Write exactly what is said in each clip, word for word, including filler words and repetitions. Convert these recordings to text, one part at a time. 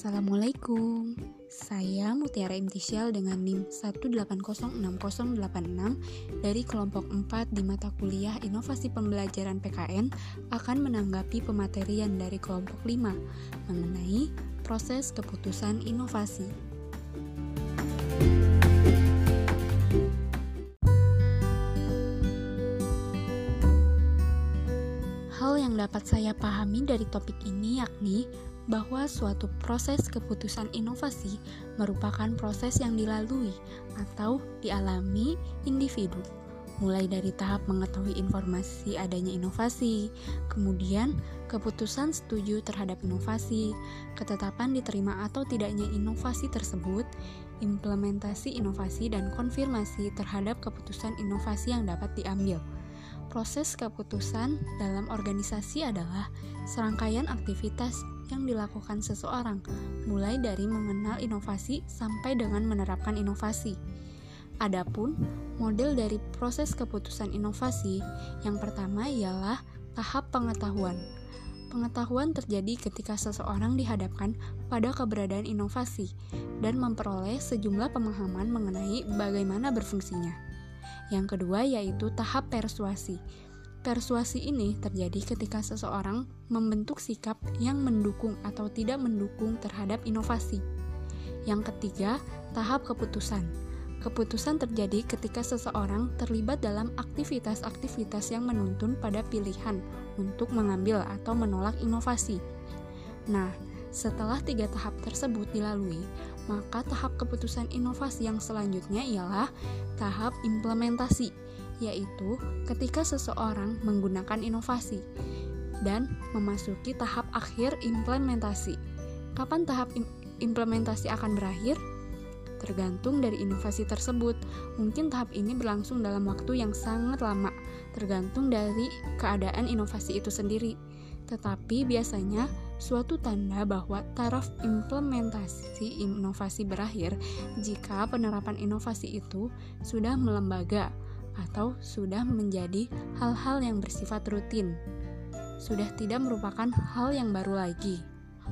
Assalamualaikum, saya Mutiara Imtisyal dengan N I M satu delapan nol enam nol delapan enam dari kelompok empat di mata kuliah Inovasi Pembelajaran P K N akan menanggapi pematerian dari kelompok lima mengenai proses keputusan inovasi. Hal yang dapat saya pahami dari topik ini yakni bahwa suatu proses keputusan inovasi merupakan proses yang dilalui atau dialami individu, mulai dari tahap mengetahui informasi adanya inovasi, kemudian keputusan setuju terhadap inovasi, ketetapan diterima atau tidaknya inovasi tersebut, implementasi inovasi, dan konfirmasi terhadap keputusan inovasi yang dapat diambil. Proses keputusan dalam organisasi adalah serangkaian aktivitas yang dilakukan seseorang, mulai dari mengenal inovasi sampai dengan menerapkan inovasi. Adapun model dari proses keputusan inovasi, yang pertama ialah tahap pengetahuan. Pengetahuan terjadi ketika seseorang dihadapkan pada keberadaan inovasi dan memperoleh sejumlah pemahaman mengenai bagaimana berfungsinya. Yang kedua yaitu tahap persuasi. Persuasi ini terjadi ketika seseorang membentuk sikap yang mendukung atau tidak mendukung terhadap inovasi. Yang ketiga, tahap keputusan. Keputusan terjadi ketika seseorang terlibat dalam aktivitas-aktivitas yang menuntun pada pilihan untuk mengambil atau menolak inovasi. Nah, setelah tiga tahap tersebut dilalui, maka tahap keputusan inovasi yang selanjutnya ialah tahap implementasi, yaitu ketika seseorang menggunakan inovasi dan memasuki tahap akhir implementasi. Kapan tahap im- implementasi akan berakhir? Tergantung dari inovasi tersebut. Mungkin tahap ini berlangsung dalam waktu yang sangat lama, tergantung dari keadaan inovasi itu sendiri. Tetapi biasanya suatu tanda bahwa taraf implementasi inovasi berakhir jika penerapan inovasi itu sudah melembaga atau sudah menjadi hal-hal yang bersifat rutin, sudah tidak merupakan hal yang baru lagi.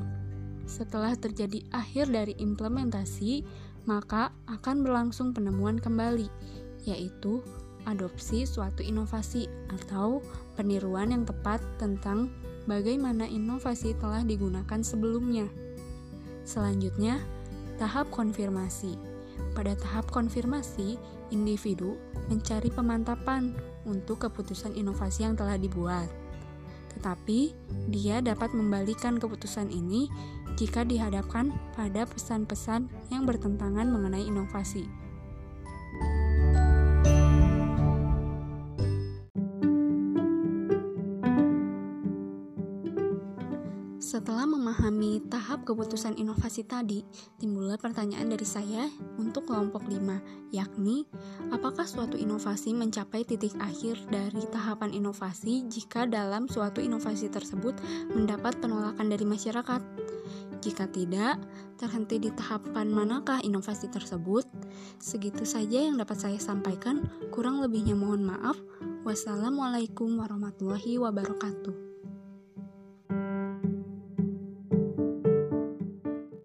Setelah terjadi akhir dari implementasi, maka akan berlangsung penemuan kembali, yaitu adopsi suatu inovasi atau peniruan yang tepat tentang bagaimana inovasi telah digunakan sebelumnya. Selanjutnya, tahap konfirmasi. Pada tahap konfirmasi, individu mencari pemantapan untuk keputusan inovasi yang telah dibuat. Tetapi, dia dapat membalikan keputusan ini jika dihadapkan pada pesan-pesan yang bertentangan mengenai inovasi. Setelah memahami tahap keputusan inovasi tadi, timbullah pertanyaan dari saya untuk kelompok lima, yakni apakah suatu inovasi mencapai titik akhir dari tahapan inovasi jika dalam suatu inovasi tersebut mendapat penolakan dari masyarakat? Jika tidak, terhenti di tahapan manakah inovasi tersebut? Segitu saja yang dapat saya sampaikan, kurang lebihnya mohon maaf. Wassalamualaikum warahmatullahi wabarakatuh.